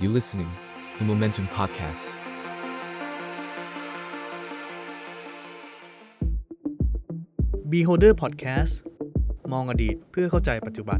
You're listening The Momentum Podcast Beholder Podcast มองอดีตเพื่อเข้าใจปัจจุบัน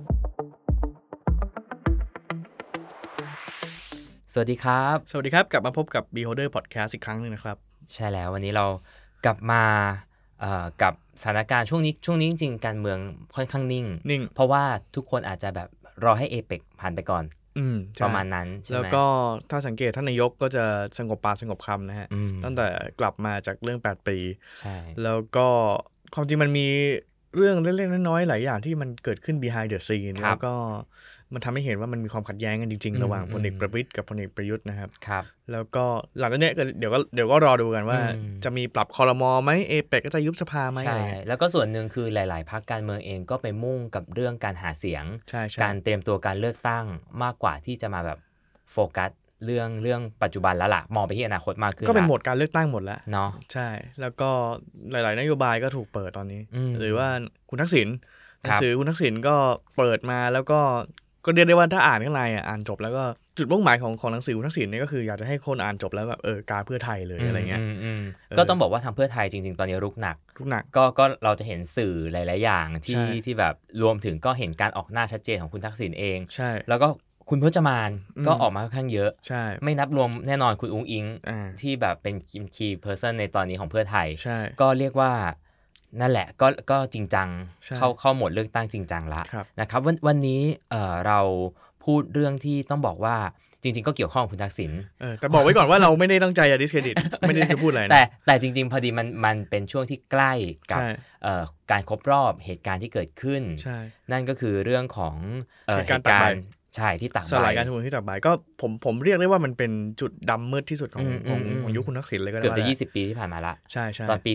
สวัสดีครับกลับมาพบกับ Beholder Podcast อีกครั้งนึงนะครับใช่แล้ววันนี้เรากลับมากับสถานการณ์ช่วงนี้จริงๆการเมืองค่อนข้างนิ่งเพราะว่าทุกคนอาจจะแบบรอให้เอเปกผ่านไปก่อนประมาณนั้นใช่ไหมแล้วก็ถ้าสังเกตท่านนายกก็จะสงบปากสงบคำนะฮะตั้งแต่กลับมาจากเรื่อง8ปีใช่แล้วก็ความจริงมันมีเรื่องเล็กๆน้อยๆหลายอย่างที่มันเกิดขึ้น behind the scene แล้วก็มันทำให้เห็นว่ามันมีความขัดแย้งกันจริงๆระหว่างพลเอกประวิตรกับพลเอกประยุทธ์นะครับแล้วก็หลังจากนี้เดี๋ยวก็รอดูกันว่าจะมีปรับครม.ไหมเอเปกก็จะยุบสภาไหมใช่แล้วก็ส่วนหนึ่งคือหลายๆพรรคการเมืองเองก็ไปมุ่งกับเรื่องการหาเสียงการเตรียมตัวการเลือกตั้งมากกว่าที่จะมาแบบโฟกัสเรื่องปัจจุบันแล้วล่ะมองไปที่อนาคตมากขึ้นก็เป็นโหมดการเลือกตั้งหมดแล้วเนาะใช่แล้วก็หลายๆนโยบายก็ถูกเปิดตอนนี้หรือว่าคุณทักษิณหนังสือคุณทักษิณก็เปิดมาแล้วก็เรียกได้ว่าถ้าอ่านข้างในอ่านจบแล้วก็จุดมุ่งหมายของหนังสือคุณทักษิณนี่ก็คืออยากจะให้คนอ่านจบแล้วแบบกาเพื่อไทยเลยอะไรเงี้ยก็ต้องบอกว่าทางเพื่อไทยจริงๆตอนนี้รุกหนักก็เราจะเห็นสื่อหลายๆอย่างที่แบบรวมถึงก็เห็นการออกหน้าชัดเจนของคุณทักษิณเองแล้วก็คุณพจมานก็ออกมาค่อนข้างเยอะไม่นับรวมแน่นอนคุณอุ๊งอิ๊งที่แบบเป็นคีย์เพอร์ซันในตอนนี้ของเพื่อไทยก็เรียกว่านั่นแหละก็จริงจังเข้าโหมดเลือกตั้งจริงจังละนะครับวันนี้เราพูดเรื่องที่ต้องบอกว่าจริงๆก็เกี่ยวข้องกับคุณทักษิณแต่บอกไว้ก่อนว่าเราไม่ได้ตั้งใจจะดิสเครดิตไม่ได้จะพูดอะไรนะแต่จริงๆพอดีมันเป็นช่วงที่ใกล้กับการครบรอบเหตุการณ์ที่เกิดขึ้นนั่นก็คือเรื่องของเหตุการณ์ใช่ที่ตากใบสลายการชุมนุมที่ตากใบก็ผมเรียกได้ว่ามันเป็นจุดดำมืดที่สุดของยุคคุณทักษิณเลยก็ได้เกือบจะ20ปีที่ผ่านมาละใช่ตอนปี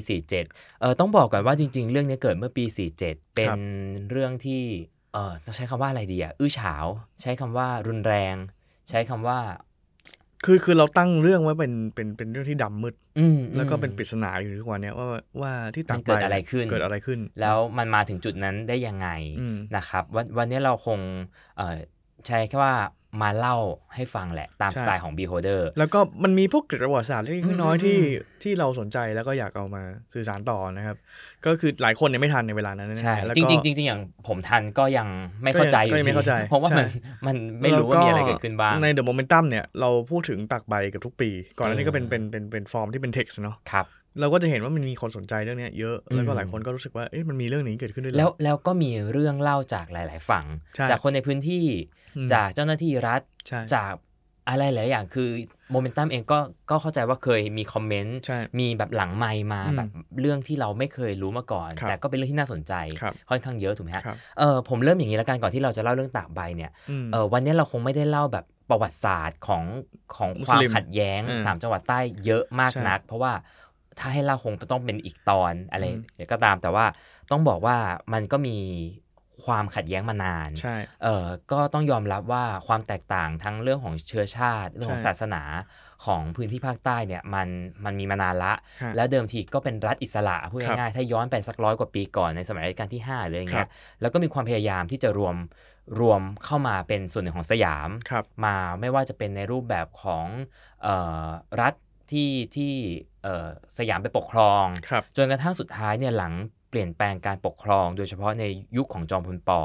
47ต้องบอกก่อนว่าจริงๆเรื่องนี้เกิดเมื่อปี47เป็นเรื่องที่จะใช้คำว่าอะไรดีอื้อฉาวใช้คำว่ารุนแรงใช้คำว่าคือเราตั้งเรื่องไว้เป็นเรื่องที่ดำมืดแล้วก็เป็นปริศนาอยู่ทุกวันนี้ว่าที่ตากใบเกิดอะไรขึ้นแล้วมันมาถึงจุดนั้นได้ยังไงนะครับวันนี้เราคงใช้แค่ว่ามาเล่าให้ฟังแหละตามสไตล์ของ Beholder แล้วก็มันมีพวกเกร็ดประวัติศาสตร์เล็กน้อยที่เราสนใจแล้วก็อยากเอามาสื่อสารต่อนะครับก็คือหลายคนเนี่ยไม่ทันในเวลานั้นใช่จริงอย่างผมทันก็ยังไม่เข้าใจอยู่เพราะว่ามันไม่รู้ว่ามีอะไรเกิดขึ้นบ้างใน The Momentum เนี่ยเราพูดถึงตากใบเกือบทุกปีก่อนหน้านี้ก็เป็นฟอร์มที่เป็น text เนาะครับเราก็จะเห็นว่ามันมีคนสนใจเรื่องนี้เยอะแล้วก็หลายคนก็รู้สึกว่ามันมีเรื่องนี้เกิดขึ้นด้วยแล้วก็มีเรื่องเล่าจากหลายๆฝั่งจากคนในพื้นที่จากเจ้าหน้าที่รัฐจากอะไรหลายอย่างคือโมเมนตัมเองก็เข้าใจว่าเคยมีคอมเมนต์มีแบบหลังไมค์มาแบบเรื่องที่เราไม่เคยรู้มาก่อนแต่ก็เป็นเรื่องที่น่าสนใจค่อนข้างเยอะถูกไหมฮะผมเริ่มอย่างนี้แล้วกันก่อนที่เราจะเล่าเรื่องตากใบเนี่ยวันนี้เราคงไม่ได้เล่าแบบประวัติศาสตร์ของความขัดแย้ง3จังหวัดใต้เยอะมากนักเพราะว่าถ้าให้เล่าคงต้องเป็นอีกตอนอะไรเดี๋ยวก็ตามแต่ว่าต้องบอกว่ามันก็มีความขัดแย้งมานานก็ต้องยอมรับว่าความแตกต่างทั้งเรื่องของเชื้อชาติเรื่องของศาสนาของพื้นที่ภาคใต้เนี่ยมันมีมานานละแล้วเดิมทีก็เป็นรัฐอิสระพูดง่ายๆถ้าย้อนไปสัก100 กว่าปีก่อนในสมัยรัชกาลที่5เลยอย่างเงี้ยแล้วก็มีความพยายามที่จะรวมเข้ามาเป็นส่วนหนึ่งของสยามมาไม่ว่าจะเป็นในรูปแบบของรัฐที่สยามไปปกครองจนกระทั่งสุดท้ายเนี่ยหลังเปลี่ยนแปลงการปกครองโดยเฉพาะในยุคของจอมพลป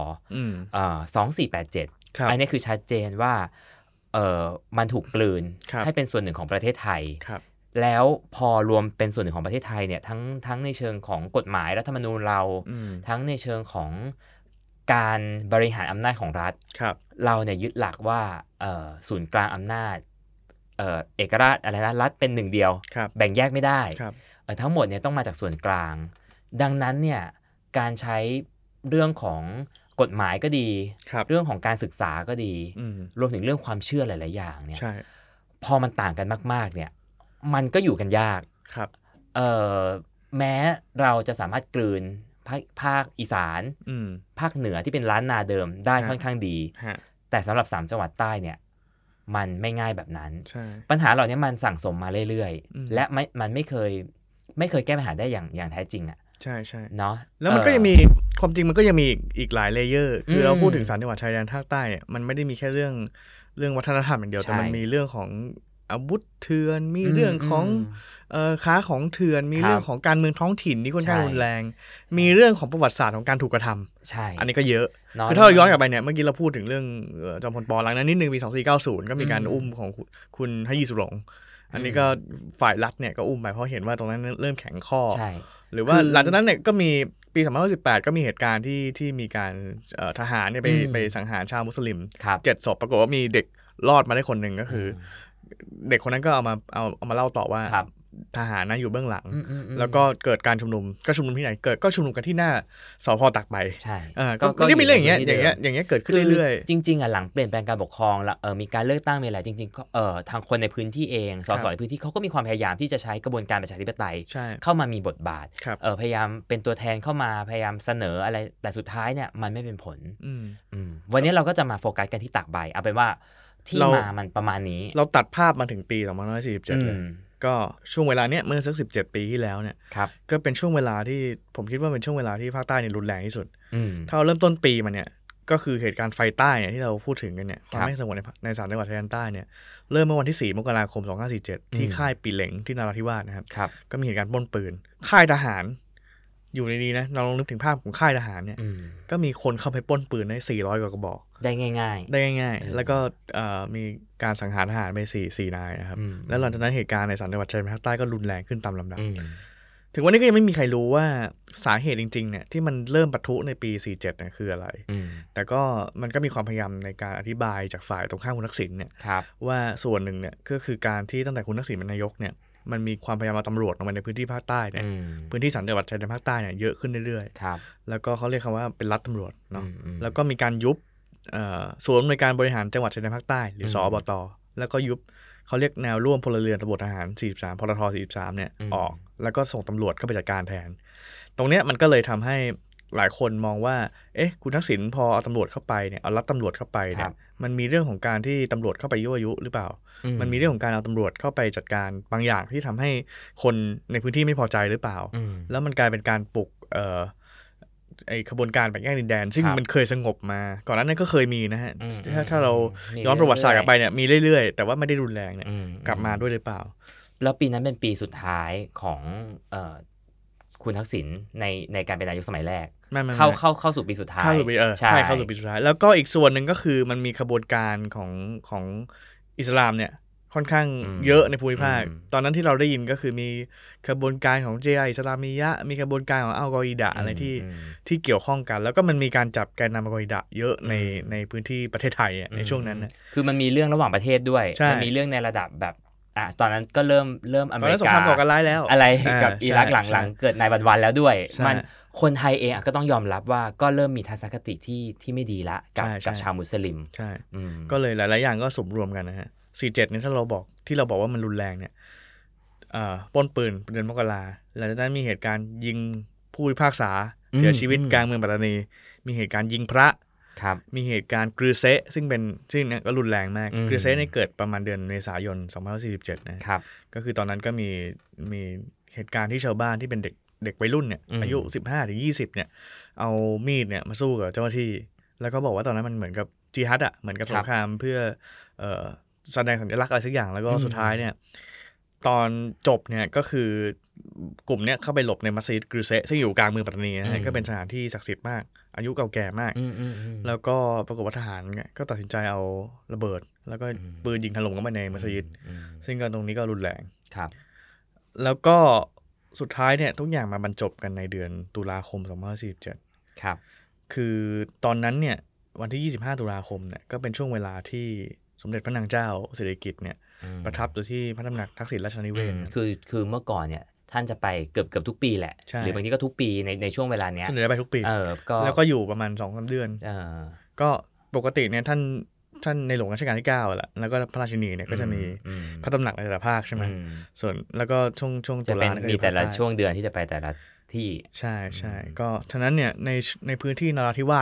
2487อันนี้คือชัดเจนว่ามันถูกกลืนให้เป็นส่วนหนึ่งของประเทศไทยแล้วพอรวมเป็นส่วนหนึ่งของประเทศไทยเนี่ยทั้งในเชิงของกฎหมายรัฐธรรมนูญเราทั้งในเชิงของการบริหารอำนาจของรัฐเราเนี่ยยึดหลักว่าศูนย์กลางอำนาจเอกราชอะไรนะรัฐเป็นหนึ่งเดียวแบ่งแยกไม่ได้ทั้งหมดเนี่ยต้องมาจากส่วนกลางดังนั้นเนี่ยการใช้เรื่องของกฎหมายก็ดีเรื่องของการศึกษาก็ดีรวมถึงเรื่องความเชื่อหลายๆอย่างเนี่ยพอมันต่างกันมากๆเนี่ยมันก็อยู่กันยากแม้เราจะสามารถกลืนภาคอีสานภาคเหนือที่เป็นล้านนาเดิมได้ค่อนข้างดีแต่สำหรับ3จังหวัดใต้เนี่ยมันไม่ง่ายแบบนั้นปัญหาเหล่านี้มันสั่งสมมาเรื่อยๆและมันไม่เคยแก้ปัญหาได้อย่างแท้จริงอ่ะใช่ใช่เนาะแล้วมันก็ยังมีความจริงมันก็ยังมีอีกหลายเลเยอร์คือเราพูดถึง3จังหวัดชายแดนภาคใต้เนี่ยมันไม่ได้มีแค่เรื่องวัฒนธรรมอย่างเดียวแต่มันมีเรื่องของอาวุธเถื่อนมีเรื่องของค้าของเถื่อนมีเรื่องของการเมืองท้องถิ่นที่ค่อนข้างรุนแรงมีเรื่องของประวัติศาสตร์ของการถูกกระทำอันนี้ก็เยอะคือถ้าเราย้อนกลับไปเนี่ยเมื่อกี้เราพูดถึงเรื่องจอมพลป.หลังนั้นนิดนึงปี2490ก็มีการอุ้มของคุณฮยีสุหลงอันนี้ก็ฝ่ายรัฐเนี่ยก็อุ้มไปเพราะเห็นว่าตรงนั้นเริ่มแข็งข้อหรือว่าหลังจากนั้นเนี่ยก็มีปี2018ก็มีเหตุการณ์ที่มีการทหารเนี่ยไปสังหารชาวมุสลิม7 ศพปรากฏว่ามีเด็กรอดมาได้คนหนึ่งก็คือเด็กคนนั้นก็เอามาเล่าต่อว่าทหารนะอยู่เบื้องหลังแล้วก็เกิดการชุมนุมก็ชุมนุมที่ไหนก็ชุมนุมกันที่หน้าสภ.ตากใบใช่ก็มีเรื่องอย่างเงี้ยเกิดขึ้นเรื่อยๆจริงๆอ่ะหลังเปลี่ยนแปลงการปกครองแล้วมีการเลือกตั้งมีอะไรจริงๆทางคนในพื้นที่เองสสในพื้นที่เขาก็มีความพยายามที่จะใช้กระบวนการประชาธิปไตยเข้ามามีบทบาทพยายามเป็นตัวแทนเข้ามาพยายามเสนออะไรแต่สุดท้ายเนี่ยมันไม่เป็นผลวันนี้เราก็จะมาโฟกัสกันที่ตากใบเอาเป็นว่าที่มามันประมาณนี้เราตัดภาพมาถึงปี2547เลยก็ช่วงเวลาเนี้ยเมื่อสัก17 ปีที่แล้วเนี่ยก็เป็นช่วงเวลาที่ผมคิดว่าเป็นช่วงเวลาที่ภาคใต้เนี่ยรุนแรงที่สุดถ้าเราเริ่มต้นปีมาเนี่ยก็คือเหตุการณ์ไฟใต้เนี่ยที่เราพูดถึงกันเนี่ยความไม่สงบใน3 จังหวัดชายแดนใต้เนี่ยเริ่มเมื่อวันที่4 มกราคม 2547ที่ค่ายปีเหล็งที่นราธิวาสนะครับก็มีเหตุการณ์ปล้นปืนค่ายทหารอยู่ในนี้นะเราลองนึกถึงภาพของค่ายทหารเนี่ยก็มีคนเข้าไปปล้นปืนได้400 กว่ากระบอกได้ง่ายๆแล้วก็มีการสังหารทหารไป4 นายนะครับแล้วหลังจากนั้นเหตุการณ์ใน3 จังหวัดชายแดนภาคใต้ก็รุนแรงขึ้นตามลำดับถึงวันนี้ก็ยังไม่มีใครรู้ว่าสาเหตุจริงๆเนี่ยที่มันเริ่มปะทุในปี47เนี่ยคืออะไรแต่ก็มันก็มีความพยายามในการอธิบายจากฝ่ายตรงข้ามคุณทักษิณเนี่ยว่าส่วนหนึ่งเนี่ยก็คือการที่ตั้งแต่คุณทักษิณเป็นนายกเนี่ยมันมีความพยายามมาตำรวจลงมาในพื้นที่ภาคใต้เนี่ยพื้นที่3 จังหวัดชายแดนภาคใต้เนี่ยเยอะขึ้นเรื่อยๆแล้วก็เขาเรียกคำว่าเป็นรัฐตำรวจเนาะแล้วก็มีการยุบศูนย์อำนวยการบริหารจังหวัดชายแดนภาคใต้หรือสอบต.แล้วก็ยุบเขาเรียกแนวร่วมพลเรือนตำรวจทหาร43พลท43เนี่ยออกแล้วก็ส่งตำรวจเข้าไปจัดการแทนตรงเนี้ยมันก็เลยทำให้หลายคนมองว่าคุณทักษิณพอเอาตำรวจเข้าไปเนี่ยเอารัฐตำรวจเข้าไปเนี่ยมันมีเรื่องของการที่ตำรวจเข้าไปยั่วยุหรือเปล่ามันมีเรื่องของการเอาตำรวจเข้าไปจัดการบางอย่างที่ทำให้คนในพื้นที่ไม่พอใจหรือเปล่าแล้วมันกลายเป็นการปลุกไอขบวนการแบ่งแยกดินแดนซึ่งมันเคยสงบมาก่อนหน้านั้นก็เคยมีนะฮะถ้าเราย้อนประวัติศาสตร์กลับไปเนี่ยมีเรื่อยๆแต่ว่าไม่ได้รุนแรงเนี่ยกลับมาด้วยหรือเปล่าแล้วปีนั้นเป็นปีสุดท้ายของคุณทักษิณในการเป็นนายกสมัยแรกเข้าสู่ปีสุดท้ายใช่เข้าสู่ปีสุดท้ายแล้วก็อีกส่วนหนึ่งก็คือมันมีขบวนการของอิสลามเนี่ยค่อนข้างเยอะในภูมิภาคตอนนั้นที่เราได้ยินก็คือมีขบวนการของเจอิสลามียะมีขบวนการของอัลกออิดะอะไรที่เกี่ยวข้องกันแล้วก็มันมีการจับแกนนำอัลกออิดะเยอะในพื้นที่ประเทศไทยในช่วงนั้นคือมันมีเรื่องระหว่างประเทศด้วยมันมีเรื่องในระดับแบบตอนนั้นก็เริ่มอเมริกาสงครามก่อการร้ายแล้วอะไรกับอิรักหลังเกิดนายวันแล้วด้วยมันคนไทยเองก็ต้องยอมรับว่าก็เริ่มมีทัศนคติที่ไม่ดีละกับชาวมุสลิมใช่ก็เลยหลายๆอย่างก็สมรวมกันนะฮะ47เนี่ยถ้าเราบอกว่ามันรุนแรงเนี่ยปล้นปืนเดือนมกราหลังจากนั้นมีเหตุการณ์ยิงผู้พิพากษาเสียชีวิตกลางเมืองปัตตานีมีเหตุการณ์ยิงพระมีเหตุการณ์กรือเซะซึ่งเนี่ยก็รุนแรงมากกรือเซะเนี่ยเกิดประมาณเดือนเมษายน2547นะครับก็คือตอนนั้นก็มีเหตุการณ์ที่ชาวบ้านที่เป็นเด็กวัยรุ่นเนี่ยอายุ 15-20 เนี่ยเอามีดเนี่ยมาสู้กับเจ้าหน้าที่แล้วก็บอกว่าตอนนั้นมันเหมือนกับจิฮัดเหมือนกับสงครามเพื่อแสดงสัญลักษณ์อะไรสักอย่างแล้วก็สุดท้ายเนี่ยตอนจบเนี่ยก็คือกลุ่มเนี้ยเข้าไปหลบในมัสยิดกรือเซะซึ่งอยู่กลางเมืองปัตตานีนะก็เป็นสถานที่ศักดิ์สิทธิ์มากอายุเก่าแก่มากแล้วก็ปรากฏว่าทหารก็ตัดสินใจเอาระเบิดแล้วก็ปืนยิงถล่มเข้าไปในมัสยิดซึ่งก็ตรงนี้ก็รุนแรงแล้วก็สุดท้ายเนี่ยทุกอย่างมาบรรจบกันในเดือนตุลาคม2547ครับคือตอนนั้นเนี่ยวันที่25ตุลาคมเนี่ยก็เป็นช่วงเวลาที่สมเด็จพระนางเจ้าสิริกิติ์เนี่ยประทับอยู่ที่พระตำหนักทักษิณราชนิเวศคือเมื่อก่อนเนี่ยท่านจะไปเกือบทุกปีแหละหรือบางทีก็ทุกปีในช่วงเวลาเนี้ยส่วนใหญ่ไปทุกปีแล้วก็อยู่ประมาณ 2-3 เดือนก็ปกติเนี่ยท่านในหลวงรัชกาลที่9แหละแล้วก็พระราชินีเนี่ยก็จะมีพระตำหนักในแต่ละภาคใช่ไหมส่วนแล้วก็ช่วงตุลามีแต่ละช่วงเดือนที่จะไปแต่ละที่ใช่ก็ฉะนั้นเนี่ยในพื้นที่นราธิวาสเนี่ย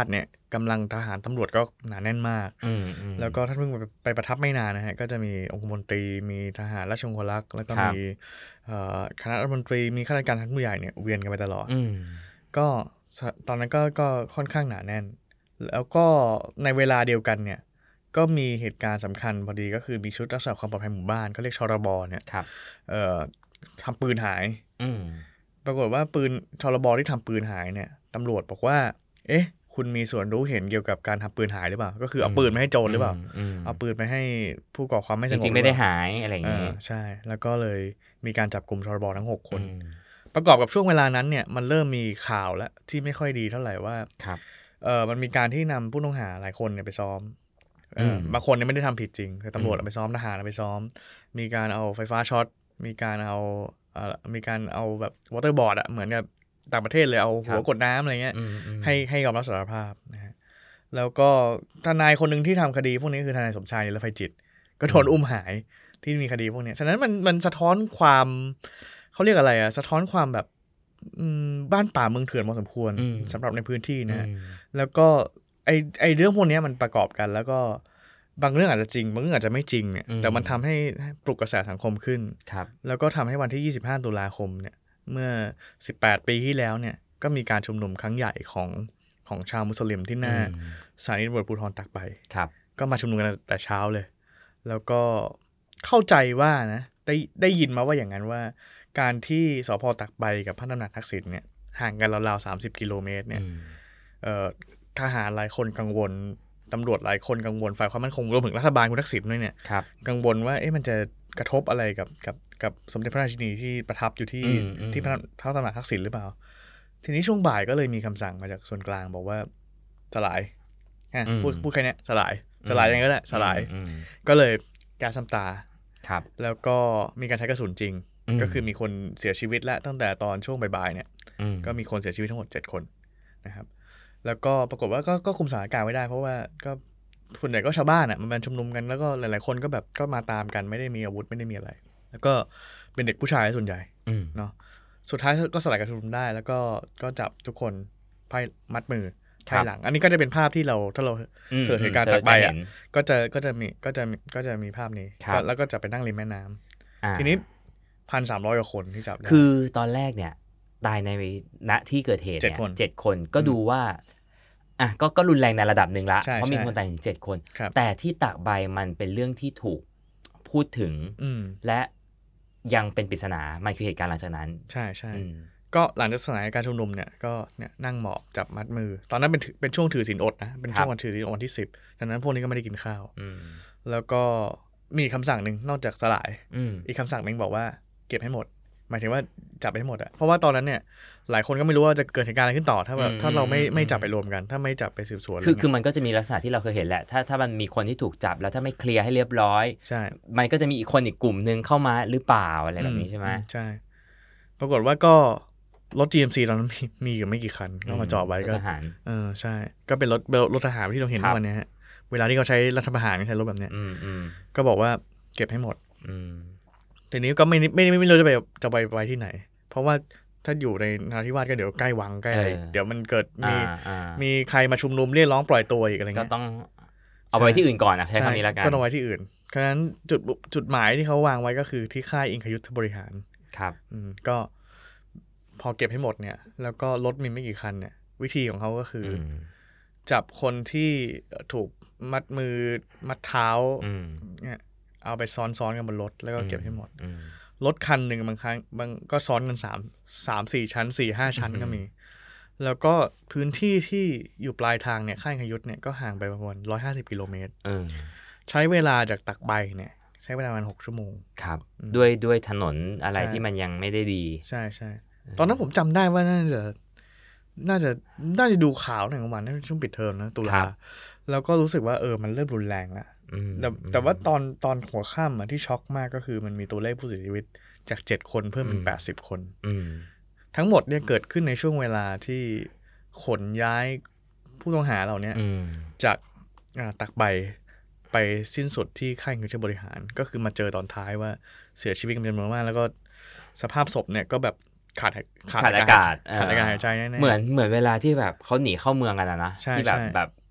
กำลังทหารตำรวจก็หนาแน่นมากแล้วก็ท่านเพิ่งไปประทับไม่นานนะฮะก็จะมีองคมนตรีมีทหารราชองครักษ์แล้วก็มีคณะรัฐมนตรีมีข้าราชการชั้นผู้ใหญ่เนี่ยเวียนกันไปตลอดก็ตอนนั้นก็ค่อนข้างหนาแน่นแล้วก็ในเวลาเดียวกันเนี่ยก็มีเหตุการณ์สำคัญพอดีก็คือมีชุดรักษาความปลอดภัยหมู่บ้านเขาเรียกชรบเนี่ยทำปืนหายปรากฏว่าปืนชรบที่ทำปืนหายเนี่ยตำรวจบอกว่าเอ๊ะคุณมีส่วนรู้เห็นเกี่ยวกับการทำปืนหายหรือเปล่าก็คือเอาปืนมาให้โจรหรือเปล่าเอาปืนไปให้ผู้ก่อความไม่สงบจริงๆไม่ได้หายอะไรอย่างนี้ใช่แล้วก็เลยมีการจับกลุ่มชรบทั้ง6คนประกอบกับช่วงเวลานั้นเนี่ยมันเริ่มมีข่าวแล้วที่ไม่ค่อยดีเท่าไหร่ว่ามันมีการที่นำผู้ต้องหาหลายคนเนี่ยไปซ้อมบางคนเนี่ยไม่ได้ทำผิดจริงแต่ตำรวจเอาไปซ้อมทหารเอาไปซ้อมมีการเอาไฟฟ้าช็อตมีการเอาแบบวอเตอร์บอร์ดอะเหมือนกับต่างประเทศเลยเอาหัวกดน้ำอะไรเงี้ยให้ยอมรับสารภาพนะฮะแล้วก็ทนายคนหนึ่งที่ทำคดีพวกนี้คือทนายสมชายและไฟจิตก็โดนอุ้มหายที่มีคดีพวกนี้ฉะนั้นมันสะท้อนความเขาเรียกอะไรอะสะท้อนความแบบบ้านป่าเมืองเถื่อนพอสมควรสำหรับในพื้นที่นะแล้วก็ไอเรื่องพวกนี้มันประกอบกันแล้วก็บางเรื่องอาจจะจริงบางเรื่องอาจจะไม่จริงเนี่ยแต่มันทำให้ปลุกกระแสสังคมขึ้นแล้วก็ทำให้วันที่25ตุลาคมเนี่ยเมื่อ18ปีที่แล้วเนี่ยก็มีการชุมนุมครั้งใหญ่ของชาวมุสลิมที่หน้าสถานีตำรวจภูธรตากใบก็มาชุมนุมกันแต่เช้าเลยแล้วก็เข้าใจว่านะได้ยินมาว่าอย่างนั้นว่าการที่สภ.ตากใบกับพระตำหนักทักษิณเนี่ยห่างกันราวๆ30กิโลเมตรเนี่ยทหารหลายคนกังวลตำรวจหลายคนกังวลฝ่ายความมั่นคงรวมถึงรัฐบาลคุณทักษิณด้วยเนี่ยกังวลว่ามันจะกระทบอะไรกับสมเด็จพระราชินีที่ประทับอยู่ที่พระตำหนักทักษิณหรือเปล่าทีนี้ช่วงบ่ายก็เลยมีคำสั่งมาจากส่วนกลางบอกว่าสลายพูดแค่นี้สลายยังไงก็ได้สลายก็เลยแก๊สน้ำตาแล้วก็มีการใช้กระสุนจริงก็คือมีคนเสียชีวิตแล้วตั้งแต่ตอนช่วงบ่ายๆเนี่ยก็มีคนเสียชีวิตทั้งหมด7คนนะครับแล้วก็ปรากฏว่าก็คุมสถานการณ์ไว้ได้เพราะว่าก็ส่วนใหญ่ก็ชาวบ้านอ่ะมันชุมนุมกันแล้วก็หลายๆคนก็แบบก็มาตามกันไม่ได้มีอาวุธไม่ได้มีอะไรแล้วก็เป็นเด็กผู้ชายส่วนใหญ่เนาะสุดท้ายก็สลายการชุมนุมได้แล้วก็จับทุกคนไพ่มัดมือภายหลังอันนี้ก็จะเป็นภาพที่ถ้าเราเสิร์ชเหตุการณ์ตากใบอ่ะก็จะมีภาพนี้แล้วก็จะไปนั่งริมแม่น้ำทีนี้ 1,300 กว่าคนที่จับได้คือตอนแรกเนี่ยตายในณที่เกิดเหตุเนี่ย7 คนก็ดูว่าก็รุนแรงในระดับหนึ่งละเพราะมีคนตายถึง7 คนแต่ที่ตากใบมันเป็นเรื่องที่ถูกพูดถึงและยังเป็นปริศนามันคือเหตุการณ์หลังจากนั้นใช่ก็หลังจากสลายการชุมนุมเนี่ยก็เนี่ยนั่งหมอบจับมัดมือตอนนั้นเป็นช่วงถือศีลอดนะเป็นช่วงวันถือศีลอดวันที่10ดังนั้นพวกนี้ก็ไม่ได้กินข้าวแล้วก็มีคำสั่งนึงนอกจากสลายอีกคำสั่งนึงบอกว่าเก็บให้หมดหมายถึงว่าจับให้หมดอะเพราะว่าตอนนั้นเนี่ยหลายคนก็ไม่รู้ว่าจะเกิดเหตุการณ์อะไรขึ้นต่อถ้าเราไม่จับไปรวมกันถ้าไม่จับไปสืบสวนคือมันก็จะมีลักษณะที่เราเคยเห็นแหละถ้ามันมีคนที่ถูกจับแล้วถ้าไม่เคลียร์ให้เรียบร้อยใช่มันก็จะมีอีกคนอีกกลุ่มนึงเข้ามาหรือเปล่าอะไรแบบนี้ใช่ไหมใช่ปรากฏว่าก็รถ GMC ตอนนั้นมีอยู่ไม่กี่คันก็มาจอดไว้ก็ทหารใช่ก็เป็นรถทหารที่เราเห็นวันนี้ฮะเวลาที่เขาใช้รัฐประหารใช้รถแบบเนี้ยก็บอกว่าเก็บให้หมดทีนี้ก็ไม่รู้จะไปไว้ที่ไหนเพราะว่าถ้าอยู่ในนราธิวาสก็เดี๋ยวใกล้วังใกล้อะไรเดี๋ยวมันเกิดมีใครมาชุมนุมเรียกร้องปล่อยตัวอีกอะไรเงี้ยก็ต้องเอาไปที่อื่นก่อนนะใช้คำนี้ละกันก็ต้องไว้ที่อื่นฉะนั้นจุดหมายที่เขาวางไว้ก็คือที่ค่ายอิงคยุทธบริหารครับก็พอเก็บให้หมดเนี่ยแล้วก็รถมีไม่กี่คันเนี่ยวิธีของเขาก็คือจับคนที่ถูกมัดมือมัดเท้าเนี่ยเอาไปซ้อนกันบนรถแล้วก็เก็บให้หมดรถคันหนึ่งบางครั้งก็ซ้อนกัน3-4 ชั้น 4-5 ชั้นก็มีแล้วก็พื้นที่ที่อยู่ปลายทางเนี่ยค่ายอิงคยุทธเนี่ยก็ห่างไปประมาณ150 กิโลเมตรใช้เวลาจากตากใบเนี่ยใช้เวลาประมาณ6 ชั่วโมงครับด้วยถนนอะไรที่มันยังไม่ได้ดีใช่ตอนนั้นผมจำได้ว่าน่าจะดูข่าวหนึ่งประมาณช่วงปิดเทอมนะตุลาแล้วก็รู้สึกว่ามันเริ่มรุนแรงแล้วแต่ว่าตอนหัวค่ำที่ช็อกมากก็คือมันมีตัวเลขผู้เสียชีวิตจาก7 คนเพิ่มเป็น80 คนทั้งหมดเนี่ยเกิดขึ้นในช่วงเวลาที่ขนย้ายผู้ต้องหาเหล่านี้จากตากใบไปสิ้นสุดที่ค่ายอิงคยุทธบริหารก็คือมาเจอตอนท้ายว่าเสียชีวิตกันเป็นจำนวนมากแล้วก็สภาพศพเนี่ยก็แบบขาดอากาศหายใจแน่ๆเหมือนเวลาที่แบบเขาหนีเข้าเมืองกันนะที่แบบ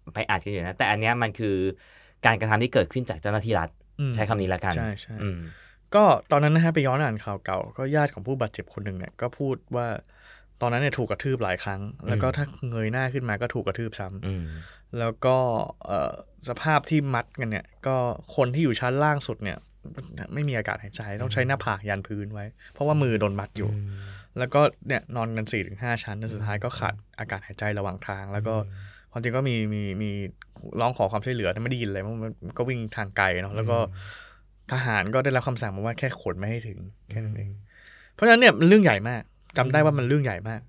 ไปอัดกันอยู่นะแต่อันเนี้ยมันคือการกระทำที่เกิดขึ้นจากเจ้าหน้าที่รัฐใช้คำนี้ละกันใช่ใช่ก็ตอนนั้นนะฮะไปย้อนอ่านข่าวเก่าก็ญาติของผู้บาดเจ็บคนหนึ่งเนี่ยก็พูดว่าตอนนั้นเนี่ยถูกกระทืบหลายครั้งแล้วก็ถ้าเงยหน้าขึ้นมาก็ถูกกระทืบซ้ำแล้วก็สภาพที่มัดกันเนี่ยก็คนที่อยู่ชั้นล่างสุดเนี่ยไม่มีอากาศหายใจต้องใช้หน้าผากยันพื้นไว้เพราะว่ามือโดนมัดอยู่แล้วก็เนี่ยนอนกัน 4-5 ชั้นแล้วสุดท้ายก็ขาดอากาศหายใจระหว่างทางแล้วก็ความจริงก็มีร้องขอความช่วยเหลือแต่ไม่ได้ยินเลยเพราะมันก็วิ่งทางไกลเนาะแล้วก็ทหารก็ได้รับคำสั่งมาว่าแค่ขนไม่ให้ถึงแค่นั้นเองเพราะฉะนั้นเนี่ยมันเรื่องใหญ่มากจำได้ว่ามันเรื่องใหญ่มาก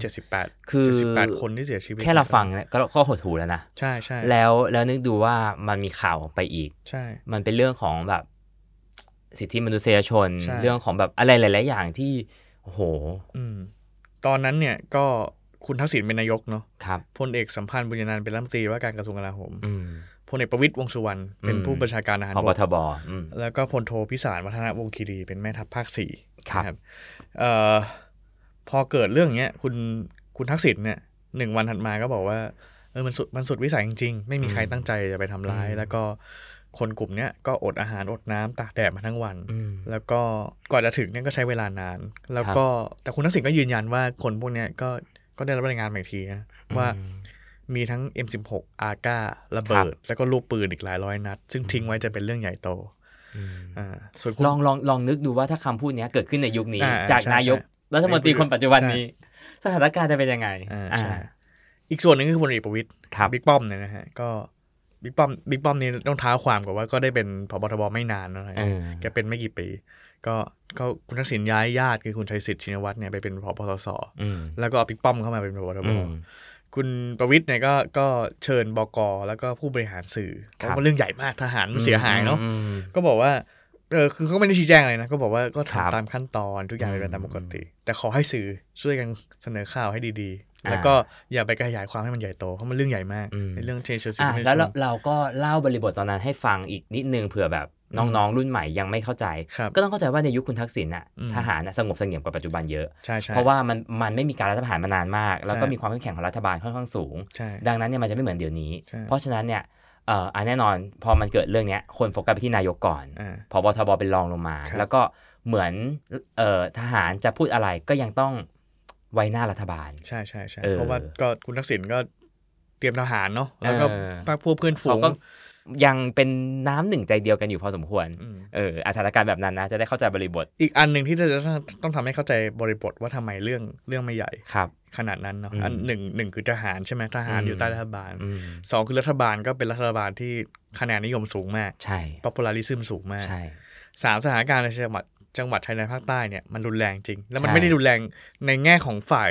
78คือ78คนที่เสียชีวิตแค่เราฟังเนี่ยก็หดหู่แล้วนะใช่ใช่แล้วนึกดูว่ามันมีข่าวออกไปอีกใช่มันเป็นเรื่องของแบบสิทธิมนุษยชนเรื่องของแบบอะไรหลายๆอย่างที่โอ้โหตอนนั้นเนี่ยก็คุณทักษิณเป็นนายกเนาะครับพลเอกสัมพันธ์บุญญานันท์เป็นรัฐมนตรีว่าการกระทรวงกลาโหมพลเอกประวิตรวงษ์สุวรรณเป็นผู้บัญชาการทหารบกแล้วก็พลโทพิสารวัฒนวงศ์คีรีเป็นแม่ทัพภาค4ครับพอเกิดเรื่องเงี้ยคุณทักษิณเนี่ย1 วันถัดมาก็บอกว่ามันสุดวิสัยจริงๆไม่มีใครตั้งใจจะไปทำร้ายแล้วก็คนกลุ่มเนี้ยก็อดอาหารอดน้ำตากแดดมาทั้งวันแล้วก็กว่าจะถึงเนี่ยก็ใช้เวลานานแล้วก็แต่คุณทักษิณก็ยืนยันว่าคนพวกเนี้ยก็ได้รับรายงานมาอีกทีนะว่ามีทั้ง M16 AK ระเบิดแล้วก็ลูกปืนอีกหลายร้อยนัดซึ่งทิ้งไว้จะเป็นเรื่องใหญ่โตส่วนลองนึกดูว่าถ้าคำพูดนี้เกิดขึ้นในยุคนี้จากนายกรัฐมนตรีคนปัจจุบันนี้สถานการณ์จะเป็นยังไงอีกส่วนหนึ่งคือพลเอกประวิตรบิ๊กป้อมเนี่ยนะฮะก็บิ๊กป้อมนี่ต้องท้าความก่อนว่าก็ได้เป็นผบ.ทบ.ไม่นานนะแกเป็นไม่กี่ปีก็คุณทักษิณย้ายญาติคือคุณชัยศิษฐ์ชินวัตรเนี่ยไปเป็นผบ.ทศ.แล้วก็เอาบิ๊กป้อมเข้ามาเป็นผบ.ทบ.คุณประวิตรเนี่ยก็เชิญบก.แล้วก็ผู้บริหารสื่อเพราะว่าเรื่องใหญ่มากทหารมันเสียหายเนาะก็บอกว่าคือเขาไม่ได้ชี้แจงอะไรนะก็บอกว่าก็ทำตามขั้นตอนทุกอย่างเป็นไปตามปกติแต่ขอให้สื่อช่วยกันเสนอข่าวให้ดีๆแล้วก็อย่าไปขยายความให้มันใหญ่โตเพราะมันเรื่องใหญ่มากในเรื่อง change the situation แล้วเราก็เล่าบริบทตอนนั้นให้ฟังอีกนิดนึงเผื่อแบบน้องๆรุ่นใหม่ยังไม่เข้าใจก็ต้องเข้าใจว่าในยุคคุณทักษิณน่ะทหารสงบเสงี่ยมกว่าปัจจุบันเยอะเพราะว่ามันไม่มีการรัฐประหารมานานมากแล้วก็มีความเข้มแข็งของรัฐบาลค่อนข้างสูงดังนั้นเนี่ยมันจะไม่เหมือนเดี๋ยวนี้เพราะฉะนั้นเนี่ยแน่นอนพอมันเกิดเรื่องนี้คนโฟกัสไปที่นายกก่อนผบ.ทบ.เป็นรองลงมาแล้วก็เหมือนทหารจะพูดอะไรก็ยังต้องไว้หน้ารัฐบาลใช่เพราะว่าก็คุณทักษิณก็เตรียมทหารเนาะแล้วก็พวกเพื่อนฝูงยังเป็นน้ำหนึ่งใจเดียวกันอยู่พอสมควรสถานการณ์แบบนั้นนะจะได้เข้าใจบริบทอีกอันหนึ่งที่จะต้องทำให้เข้าใจบริบทว่าทำไมเรื่องไม่ใหญ่ขนาดนั้นเนาะอันหนึ่งคือทหารใช่ไหมทหารอยู่ใต้รัฐบาล2คือรัฐบาลก็เป็นรัฐบาลที่คะแนนนิยมสูงมากใช่ popularism สูงมาก3สถานการณ์ในจังหวัดชายแดนภาคใต้เนี่ยมันรุนแรงจริงแล้วมันไม่ได้รุนแรงในแง่ของฝ่าย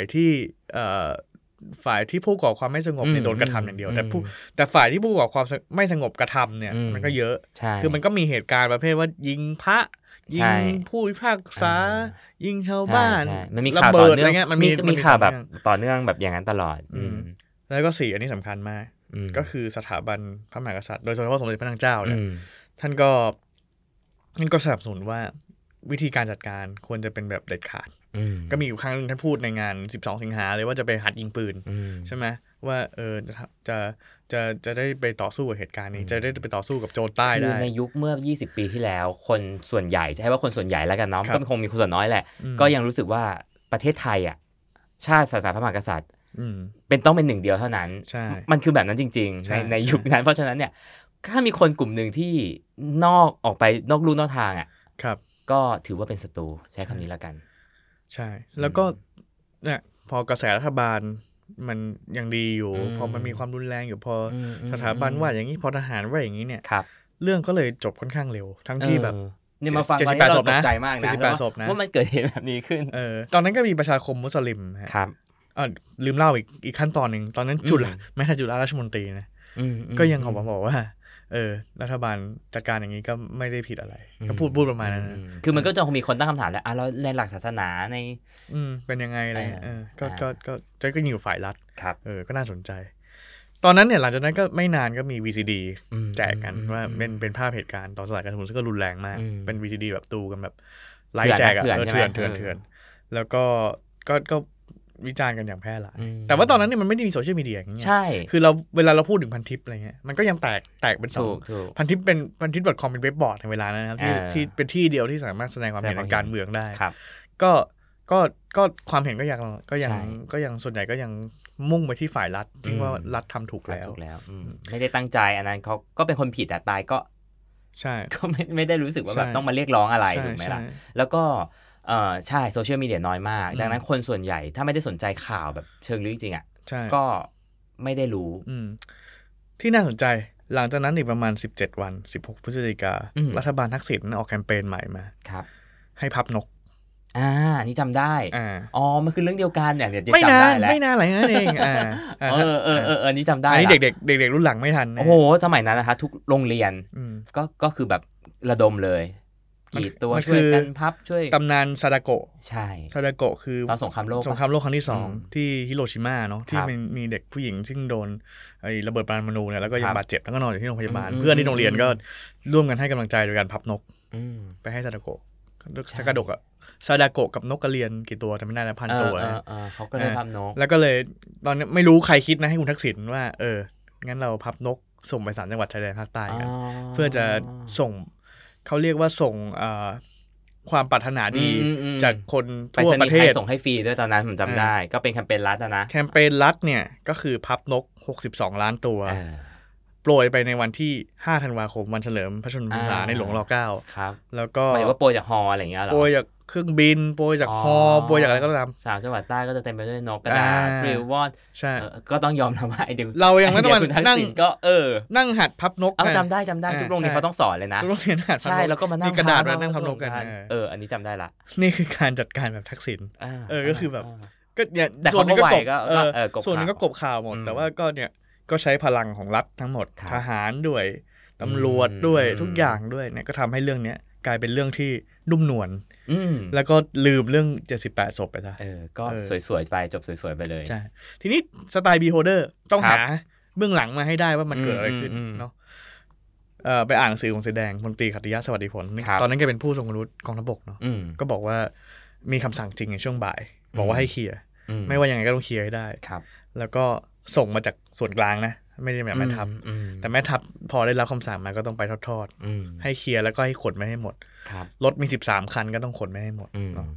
ที่ผู้ก่อความไม่สงบเนี่ยโดนกระทำอย่างเดียวแต่ฝ่ายที่ผู้ก่อความไม่สงบกระทำเนี่ยมันก็เยอะคือมันก็มีเหตุการณ์ประเภทว่ายิงพระยิงผู้พิพากษายิงชาวบ้านมันมีข่าวต่อเนื่องมันมีข่าวแบบต่อเนื่องแบบอย่างนั้นตลอดแล้วก็4อันนี้สำคัญมากก็คือสถาบันพระมหากษัตริย์โดยเฉพาะสมเด็จพระนางเจ้าเนี่ยท่านก็สนับสนุนว่าวิธีการจัดการควรจะเป็นแบบเด็ดขาดก็มีอยู่ครั้งนึงท่านพูดในงาน12 สิงหาเลยว่าจะไปหัดยิงปืนใช่ไหมว่าจะได้ไปต่อสู้กับเหตุการณ์นี้จะได้ไปต่อสู้กับโจรใต้ได้ในยุคเมื่อ20 ปีที่แล้วคนส่วนใหญ่จะให้ว่าคนส่วนใหญ่แล้วกันเนาะก็คงมีคนส่วนน้อยแหละก็ยังรู้สึกว่าประเทศไทยอ่ะชาติศาสนาพระมหากษัตริย์ต้องเป็นหนึ่งเดียวเท่านั้นมันคือแบบนั้นจริงๆในยุคนั้นเพราะฉะนั้นเนี่ยถ้ามีคนกลุ่มนึงที่ออกไปนอกลู่นอกทางอ่ะก็ถือว่าเป็นศัตรูใช้คำนี้แล้วกันใช่แล้วก็เนี่ยพอกระแสรัฐบาลมันยังดีอยู่พอมันมีความรุนแรงอยู่พอสถาบันว่าอย่างนี้พอทหารว่าอย่างนี้เนี่ยเรื่องก็เลยจบค่อนข้างเร็วทั้งที่แบบนี่มาฟังตอนนี้เราตกใจมากนะว่ามันเกิดเหตุแบบนี้ขึ้นตอนนั้นก็มีประชาคมมุสลิมครับลืมเล่าอีกขั้นตอนนึงตอนนั้นแม้แต่จุฬาราชมนตรีนะก็ยังเขาบอกว่ารัฐบาลจัดการอย่างนี้ก็ไม่ได้ผิดอะไรก็พูดประมาณนั้นคือมันก็จะคงมีคนตั้งคำถามแล้วแล้วในหลักศาสนาในเป็นยังไงอะไรก็อยู่ฝ่ายรัฐก็น่าสนใจตอนนั้นเนี่ยหลังจากนั้นก็ไม่นานก็มี VCD แจกกันว่าเป็นภาพเหตุการณ์ตอนสลายการชุมนุมซึ่งก็รุนแรงมากเป็น VCD แบบดูกันแบบไล่แจกเถื่อนแล้วก็วิจารณ์กันอย่างแพร่หลายแต่ว่าตอนนั้นเนี่ยมันไม่ได้มีโซเชียลมีเดียอย่างเงี้ยใช่คือเราเวลาเราพูดถึงพันทิปอะไรเงี้ยมันก็ยังแตกเป็น2พันทิปเป็นพันทิป .com เป็นเว็บบอร์ดในเวลานั้นนะครับที่เป็นที่เดียวที่สามารถแสดงความเห็นทางการเมืองได้ก็ความเห็นก็ยังส่วนใหญ่ก็ยังมุ่งไปที่ฝ่ายรัฐที่ว่ารัฐทำถูกแล้วไม่ได้ตั้งใจอันนั้นเขาก็เป็นคนผิดแต่ตายก็ใช่ก็ไม่ได้รู้สึกว่าแบบต้องมาเรียกร้องอะไรถูกไหมล่ะแล้วก็ใช่โซเชียลมีเดียน้อยมากดังนั้นคนส่วนใหญ่ถ้าไม่ได้สนใจข่าวแบบเชิงลึกจริงอ่ะก็ไม่ได้รู้ที่น่าสนใจหลังจากนั้นอีกประมาณ17วัน16พฤศจิการัฐบาลทักษิณออกแคมเปญใหม่มาให้พับนกนี่จำได้มันคือเรื่องเดียวกันเนี่ยจำได้แล้วไม่นานอะไรนั่นเองนี่จำได้อันนี้เด็กรุ่นหลังไม่ทันโอ้โหสมัยนั้นนะคะทุกโรงเรียนก็คือแบบระดมเลยกี่ตัวช่วยกันพับช่วยตำนานซาดาโกะใช่ซาดาโกะคือตอนสงครามโลกครั้งที่2ที่ฮิโรชิมาเนาะที่มีเด็กผู้หญิงซึ่งโดนไอ้ระเบิดปรมาณูเนี่ยแล้วก็ยังบาดเจ็บแล้วก็นอนอยู่ที่โรงพยาบาลเพื่อนที่โรงเรียนก็ร่วมกันให้กำลังใจโดยการพับนกไปให้ซาดาโกะซากาโดะซาดาโกะกับนกกระเรียนกี่ตัวจำไม่ได้นะ1,000 ตัวเขาก็เลยพับนกแล้วก็เลยตอนนี้ไม่รู้ใครคิดนะให้คุณทักษิณว่างั้นเราพับนกส่งไป3จังหวัดชายแดนภาคใต้กันเพื่อจะส่งเขาเรียกว่าส่งความปรารถนาดีจากคนทั่วประเทศส่งให้ฟรีด้วยตอนนั้นผมจำได้ก็เป็นแคมเปญรัฐนะแคมเปญรัฐเนี่ยก็คือพับนก62ล้านตัวโปรยไปในวันที่5ธันวาคมวันเฉลิมพระชนมพรรษาในหลวงร9 ครับแล้วก็หมายว่าโปรยจากฮออะไรอย่างเงี้ยหรอโปรยจากเครื่องบินโปรยจากฮอโปรยจากอะไรก็ตาม 3จังหวัดใต้ก็จะเต็มไปด้วยนกกระดาษปลิวว่อนใช่ก็ต้องยอมรับว่าไอ้เด็กเรายังไม่ต้องมานั่งก็นั่งหัดพับนกจำได้ทุกโรงเรียนเขาต้องสอนเลยนะทุกโรงเรียนหัดพับนกใช่แล้วก็มานั่งกระดาษแล้วนั่งพับนกกันอันนี้จำได้ละนี่คือการจัดการแบบทักษิณก็คือแบบก็เนี่ยส่วนนึงก็ส่วนนึงก็กบข่าวหมดแต่ว่าก็เนี่ยก็ใช้พลังของรัฐทั้งหมดทหารด้วยตำรวจด้วยทุกอย่างด้วยเนี่ยก็ทำให้เรื่องนี้กลายเป็นเรื่องที่นุ่มนวลแล้วก็ลืมเรื่อง78ศพไปซะก็สวยๆไปจบสวยๆไปเลยใช่ทีนี้สไตล์บีโฮเดอร์ต้องหาเบื้องหลังมาให้ได้ว่ามันเกิดอะไรขึ้นเนาะไปอ่านหนังสือของเสแดงพลตรีขัตติยะสวัสดิผลตอนนั้นแกเป็นผู้ทรงคุณวุฒิกองทัพบกเนาะก็บอกว่ามีคำสั่งจริงในช่วงบ่ายบอกว่าให้เคลียร์ไม่ว่ายังไงก็ต้องเคลียร์ให้ได้แล้วก็ส่งมาจากส่วนกลางนะไม่ใช่แบบแม่ทัพแต่แม่ทัพพอได้รับคำสั่งมาก็ต้องไปทอดๆให้เคลียร์แล้วก็ให้ขนไม่ให้หมดรถมี13คันก็ต้องขนไม่ให้หมด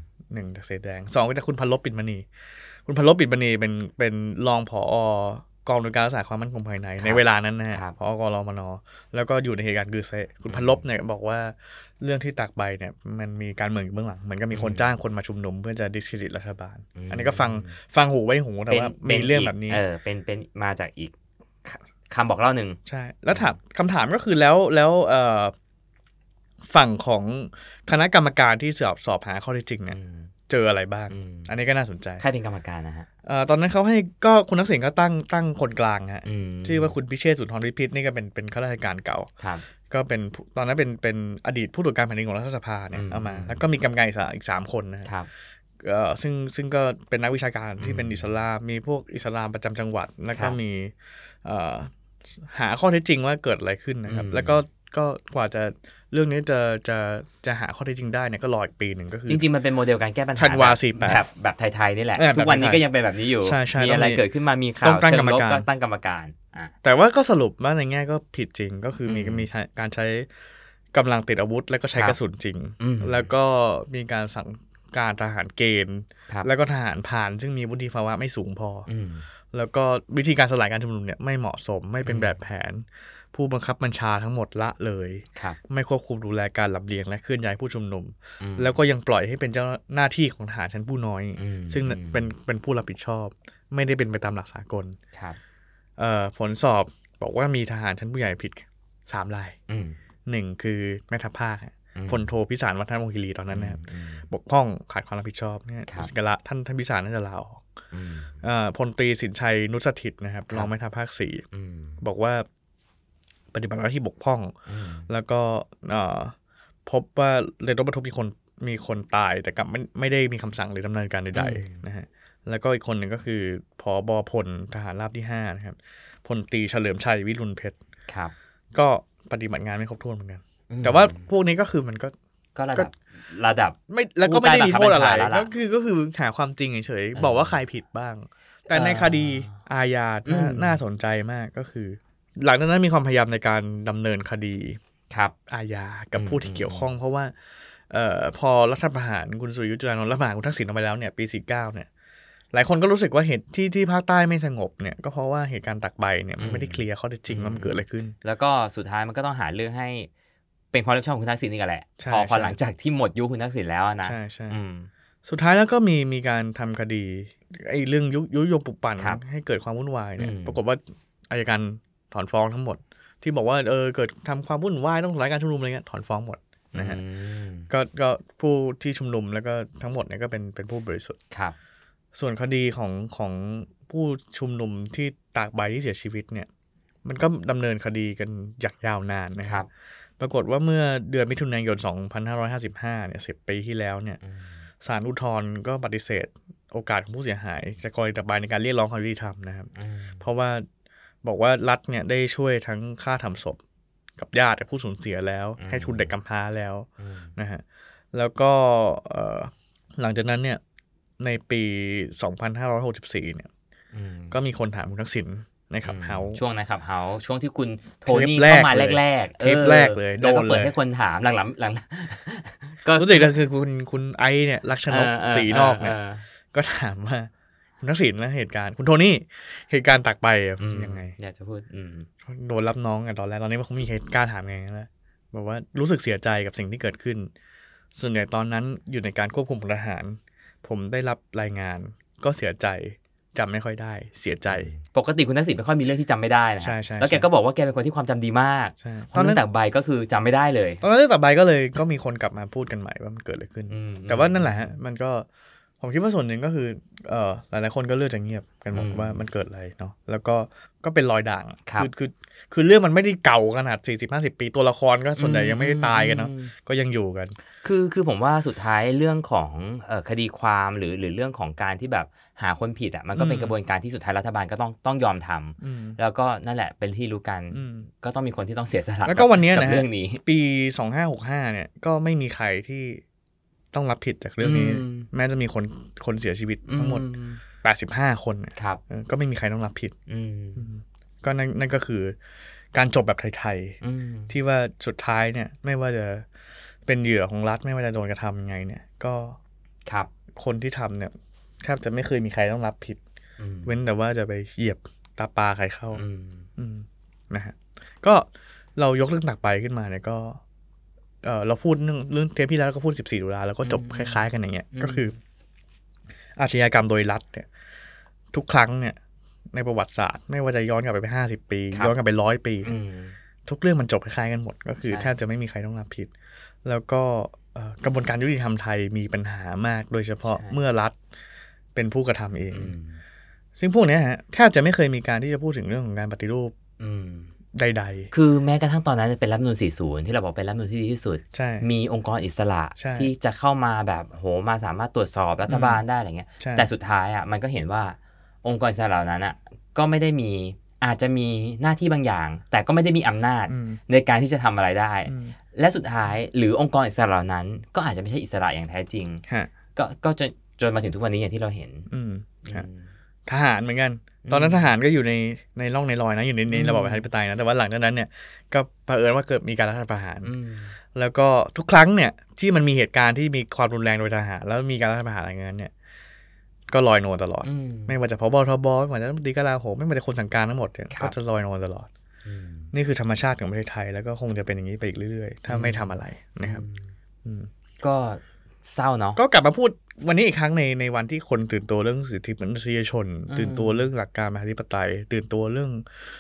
1จากเสแดง2ก็จากคุณพันลบปิ่นมณีคุณพันลบปิ่นมณีเป็นรองผอกองโดยการรักษาความมั่นคงภายในในเวลานั้นนะฮะผอกรมน.แล้วก็อยู่ในเหตุการณ์คือเซคุณพันลบเนี่ยบอกว่าเรื่องที่ตากใบเนี่ยมันมีการเมืองอยู่เบื้องหลังเหมือนกับมีคนจ้างคนมาชุมนุมเพื่อจะดิสเครดิตรัฐบาลอันนี้ก็ฟังหูไว้หูแต่ว่ามีเรื่องแบบนี้เป็นมาจากอีกคำบอกเล่าหนึ่งใช่แล้วคำถามก็คือแล้วฝั่งของคณะกรรมการที่สอบหาข้อเท็จจริงเนี่ยเจออะไรบ้างอันนี้ก็น่าสนใจใครเป็นกรรมการนะฮะตอนนั้นเขาให้ก็คุณทักษิณก็ตั้งคนกลางฮะชื่อว่าคุณพิเชษฐ์สุนทรวิพิธนี่ก็เป็นข้าราชการเก่าก็เป็นตอนนั้นเป็นอดีตผู้ตรวจการแผ่นดินของรัฐสภาเนี่ยเอามาแล้วก็มีกรรมการอีก3คนนะครับซึ่งก็เป็นนักวิชาการที่เป็นอิสลามมีพวกอิสลามประจำจังหวัดแล้วก็มีหาข้อเท็จจริงว่าเกิดอะไรขึ้นนะครับแล้วก็กว่าจะเรื่องนี้จะหาข้อเท็จจริงได้เนี่ยก็รออีกปีหนึ่งก็คือจริงๆมันเป็นโมเดลการแก้ปัญหาแบบไทยๆนี่แหละทุกวันนี้ก็ยังเป็นแบบนี้อยู่มีอะไรเกิดขึ้นมามีข่าวเชิงลบก็ตั้งกรรมการแต่ว่าก็สรุปว่าในแง่ก็ผิดจริงก็คือมีการใช้กำลังติดอาวุธแล้วก็ใช้กระสุนจริงแล้วก็มีการสั่งการทหารเกณฑ์แล้วก็ทหารผ่านซึ่งมีวุฒิภาวะไม่สูงพอแล้วก็วิธีการสลายการชุมนุมเนี่ยไม่เหมาะสมไม่เป็นแบบแผนผู้บังคับบัญชาทั้งหมดละเลยไม่ควบคุมดูแลการลำเลียงและเคลื่อนย้ายผู้ชุมนุมแล้วก็ยังปล่อยให้เป็นเจ้าหน้าที่ของทหารชั้นผู้น้อยซึ่งเป็นผู้รับผิดชอบไม่ได้เป็นไปตามหลักสากลผลสอบบอกว่ามีทหารชั้นผู้ใหญ่ผิด3 ราย1คือแม่ทัพภาคพลโทพิสารวัฒนวงศ์คีรีตอนนั้นนะครับบกพร่องขาดความรับผิดชอบเนี่ยสิกละท่านพิสารน่าจะลาออกพลตรีสินชัยนุชสถิตนะครับรองแม่ทัพภาค4บอกว่าปฏิบัติหน้าที่บกพร่องแล้วก็พบว่าเรือรบบรรทุกมีคนตายแต่กลับไม่ได้มีคำสั่งหรือดำเนินการใดๆนะฮะแล้วก็อีกคนหนึ่งก็คือผบ.พลทหารราบที่5นะครับพลตรีเฉลิมชัยวิรุณเพชรก็ปฏิบัติงานไม่ครบถ้วนเหมือนกันแต่ว่าพวกนี้ก็คือมันก็ก็ระดับไม่แล้วก็ไม่ได้มีโทษอะไรก็คือหาความจริงเฉยๆบอกว่าใครผิดบ้างแต่ในคดีอาญาน่าสนใจมากก็คือหลังจากนั้นมีความพยายามในการดำเนินคดีอาญากับผู้ที่เกี่ยวข้องเพราะว่าพอรัฐประหารคุณสุริยุทธ์จุลานนท์รัฐประหารคุณทักษิณออกไปแล้วเนี่ยปี49เนี่ยหลายคนก็รู้สึกว่าเหตุที่ภาคใต้ไม่สงบเนี่ยก็เพราะว่าเหตุการณ์ตักใบเนี่ยมันไม่ได้เคลียร์ข้อเท็จจริงว่ามันเกิดอะไรขึ้นแล้วก็สุดท้ายมันก็ต้องหาเรื่องให้เป็นความรับผิดชอบของคุณทักษิณนี่กันแหละพอหลังจากที่หมดยุคคุณทักษิณแล้วนะใช่สุดท้ายแล้วก็มีการทำคดีไอ้เรื่องยุยงปลุกปั่นให้เกิดความวุ่นวายเนี่ยปรากฏว่าอัยการถอนฟ้องทั้งหมดที่บอกว่าเกิดทำความวุ่นวายต้องรายการชุมนุมอะไรเงี้ยถอนฟ้องหมดนะฮะก็ผู้ที่ชุมนุมแล้วก็ทั้งหมดเนี่ยก็เป็นผู้บริสุทธิ์ส่วนคดีของผู้ชุมนุมที่ตากใบที่เสียชีวิตเนี่ยมันก็ดำเนินคดีกันอย่างยาวนานนะครับปรากฏว่าเมื่อเดือนมิถุนายน 2555 เนี่ย10 ปีที่แล้วเนี่ยศาลอุทธรณ์ก็ปฏิเสธโอกาสของผู้เสียหายจากกรณีตากใบในการเรียกร้องความยุติธรรมนะครับเพราะว่าบอกว่ารัฐเนี่ยได้ช่วยทั้งค่าทำศพกับญาติผู้สูญเสียแล้วให้ทุนเด็กกำพร้าแล้วนะฮะแล้วก็หลังจากนั้นเนี่ยในปี 2564 เนี่ยก็มีคนถามคุณทักษิณในขับเฮาช่วงในขับเฮาช่วงที่คุณโทนี่เข้ามาแรกๆเทปแรกเลยโดนเลยเปิดให้คนถามหลังก็รู้สึกก็คือคุณไอเนี่ยลักษณะสีนอกเนี่ยก็ถามว่าคุณทักษิณและเหตุการณ์คุณโทนี่เหตุการณ์ตักใบยังไงอยากจะพูดโดนรับน้องกันตอนแรกตอนนี้มันคงมีใครกล้าถามไงนะบอกว่ารู้สึกเสียใจกับสิ่งที่เกิดขึ้นส่วนใหญ่ตอนนั้นอยู่ในการควบคุมทหารผมได้รับรายงานก็เสียใจจำไม่ค่อยได้เสียใจปกติคุณทักษิณไม่ค่อยมีเรื่องที่จำไม่ได้นะแล้วแกก็บอกว่าแกเป็นคนที่ความจำดีมากตอนนั้นตักใบก็คือจำไม่ได้เลยตอนนั้นเรื่องตักใบก็มีคนกลับมาพูดกันใหม่ว่ามันเกิดอะไรขึ้นแต่ว่านั่นแหละฮะมันก็ผมคิดว่าส่วนหนึ่งก็คือหลายๆคนก็เลือกจะเงียบกันหมดว่ามันเกิดอะไรเนาะแล้วก็เป็นรอยด่างคือเรื่องมันไม่ได้เก่าขนาด 40-50 ปีตัวละครก็ส่วนใหญ่ยังไม่ได้ตายกันเนาะก็ยังอยู่กันคือผมว่าสุดท้ายเรื่องของคดีความหรือเรื่องของการที่แบบหาคนผิดอ่ะมันก็เป็นกระบวนการที่สุดท้ายรัฐบาลก็ต้องยอมทำแล้วก็นั่นแหละเป็นที่รู้กันก็ต้องมีคนที่ต้องเสียสละแล้วก็วันนี้นะเรื่องนี้ปี 2565 เนี่ยก็ไม่มีใครที่ต้องรับผิดจากเรื่องนี้แม้จะมีคนเสียชีวิตทั้งหมด85 คนก็ไม่มีใครต้องรับผิดก็นั่นก็คือการจบแบบไทยๆที่ว่าสุดท้ายเนี่ยไม่ว่าจะเป็นเหยื่อของรัฐไม่ว่าจะโดนกระทำยังไงเนี่ยก็คนที่ทำเนี่ยแทบจะไม่เคยมีใครต้องรับผิดเว้นแต่ว่าจะไปเหยียบตาปลาใครเข้านะฮะก็เรายกเรื่องตักใบขึ้นมาเนี่ยก็เราพูดเรื่องเทปที่แล้วก็พูด14 ตุลาแล้วก็จบคล้ายๆกันอย่างเงี้ยก็คืออาชญากรรมโดยรัฐเนี่ยทุกครั้งเนี่ยในประวัติศาสตร์ไม่ว่าจะย้อนกลับไป50 ปีย้อนกลับไป100 ปีทุกเรื่องมันจบคล้ายๆกันหมดก็คือแทบจะไม่มีใครต้องรับผิดแล้วก็กระบวนการยุติธรรมไทยมีปัญหามากโดยเฉพาะเมื่อรัฐเป็นผู้กระทำเองซึ่งพวกนี้ฮะแทบจะไม่เคยมีการที่จะพูดถึงเรื่องของการปฏิรูปใดๆคือแม้กระทั่งตอนนั้นเป็นรัฐธรรมนูญ40ที่เราบอกเป็นรัฐธรรมนูญที่ดีที่สุดมีองค์กรอิสระที่จะเข้ามาแบบมาสามารถตรวจสอบรัฐบาลได้อะไรเงี้ยแต่สุดท้ายอ่ะมันก็เห็นว่าองค์กรอิสระเหล่านั้นอ่ะก็ไม่ได้มีอาจจะมีหน้าที่บางอย่างแต่ก็ไม่ได้มีอำนาจในการที่จะทำอะไรได้และสุดท้ายหรือองค์กรอิสระเหล่านั้นก็อาจจะไม่ใช่อิสระอย่างแท้จริงก็จนมาถึงทุกวันนี้อย่างที่เราเห็นทหารเหมือนกันตอนนั้นทหารก็อยู่ในร่องในรอยนะอยู่ในระบอบประชาธิปไตยนะแต่ว่าหลังจากนั้นเนี่ยก็เผอิญว่าเกิดมีการรัฐประหารแล้วก็ทุกครั้งเนี่ยที่มันมีเหตุการณ์ที่มีความรุนแรงโดยทหารแล้วมีการรัฐประหารอะไรเงี้ยเนี่ยก็ลอยนวลตลอดไม่ว่าจะผบ.ทบ.ไม่ว่าจะรัฐมนตรีกลาโหมไม่ว่าจะคนสั่งการทั้งหมดเนี่ยก็จะลอยนวลตลอดนี่คือธรรมชาติของประเทศไทยแล้วก็คงจะเป็นอย่างนี้ไปอีกเรื่อยๆถ้าไม่ทำอะไรนะครับก็เศร้าเนาะก็กลับมาพูดวันนี้อีกครั้งในวันที่คนตื่นตัวเรื่องสิทธิมนุษยชนตื่นตัวเรื่องหลักการประชาธิปไตยตื่นตัวเรื่อง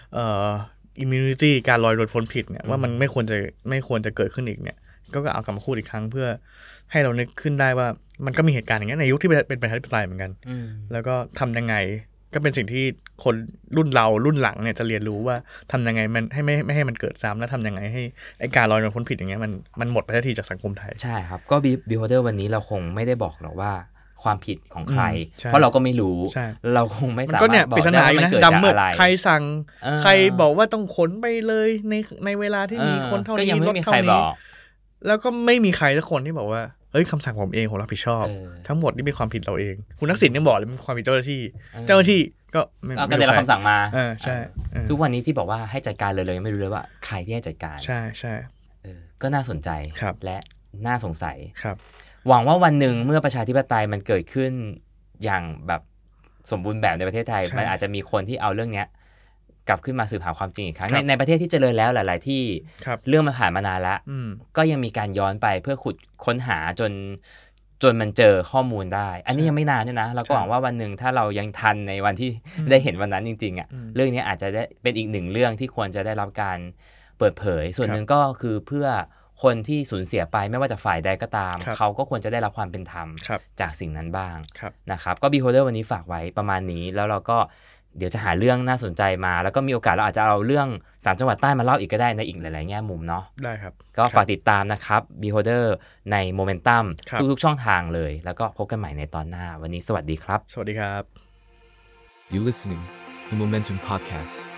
immunity การลอยนวลพ้นผิดเนี่ยว่ามันไม่ควรจะเกิดขึ้นอีกเนี่ยก็เอากลับมาพูดอีกครั้งเพื่อให้เรานึกขึ้นได้ว่ามันก็มีเหตุการณ์อย่างนี้ในยุคที่เป็นประชาธิปไตยเหมือนกันแล้วก็ทำยังไงก็เป็นสิ่งที่คนรุ่นเรารุ่นหลังเนี่ยจะเรียนรู้ว่าทำยังไงมันให้ไม่ให้มันเกิดซ้ำแล้วทำยังไงให้ไอ้การลอยนวลพ้นผิดอย่างเงี้ยมันหมดไปทันทีจากสังคมไทยใช่ครับก็บิวโฮเดอร์วันนี้เราคงไม่ได้บอกหรอกว่าความผิดของใครเพราะเราก็ไม่รู้เราคงไม่สามารถบอกได้ว่ามันเกิดจากอะไรใครสั่งใครบอกว่าต้องขนไปเลยในเวลาที่มีคนเท่านี้ก็ยังไม่มีใครบอกแล้วก็ไม่มีใครสักคนที่บอกว่าเฮ้ยคำสั่งผมเองผมรับผิดชอบทั้งหมดนี่เป็นความผิดเราเองคุณทักษิณยังบอกเลยเป็นความผิดเจ้าหน้าที่ก็ได้รับคำสั่งมาใช่ทุกวันนี้ที่บอกว่าให้จัดการเลยไม่รู้เลยว่าใครที่ให้จัดการใช่ใช่ก็น่าสนใจและน่าสงสัยครับหวังว่าวันหนึ่งเมื่อประชาธิปไตยมันเกิดขึ้นอย่างแบบสมบูรณ์แบบในประเทศไทยมันอาจจะมีคนที่เอาเรื่องนี้กลับขึ้นมาสืบหาความจริงอีกครั้งในประเทศที่เจริญแล้วหลายๆที่เรื่องมันผ่านมานานแล้วก็ยังมีการย้อนไปเพื่อขุดค้นหาจนมันเจอข้อมูลได้อันนี้ยังไม่นานด้วยนะเราก็หวังว่าวันหนึ่งถ้าเรายังทันในวันที่ได้เห็นวันนั้นจริงๆอ่ะเรื่องนี้อาจจะได้เป็นอีกหนึ่งเรื่องที่ควรจะได้รับการเปิดเผยส่วนหนึ่งก็คือเพื่อคนที่สูญเสียไปไม่ว่าจะฝ่ายใดก็ตามเขาก็ควรจะได้รับความเป็นธรรมจากสิ่งนั้นบ้างนะครับก็ Beholder วันนี้ฝากไว้ประมาณนี้แล้วเราก็เดี๋ยวจะหาเรื่องน่าสนใจมาแล้วก็มีโอกาสเราอาจจะเอาเรื่อง3จังหวัดใต้มาเล่าอีกก็ได้ในอีกหลายๆแง่มุมเนาะได้ครับก็ฝากติดตามนะครับ Beholder ใน Momentum ทุกๆช่องทางเลยแล้วก็พบกันใหม่ในตอนหน้าวันนี้สวัสดีครับสวัสดีครับ You listening the Momentum Podcast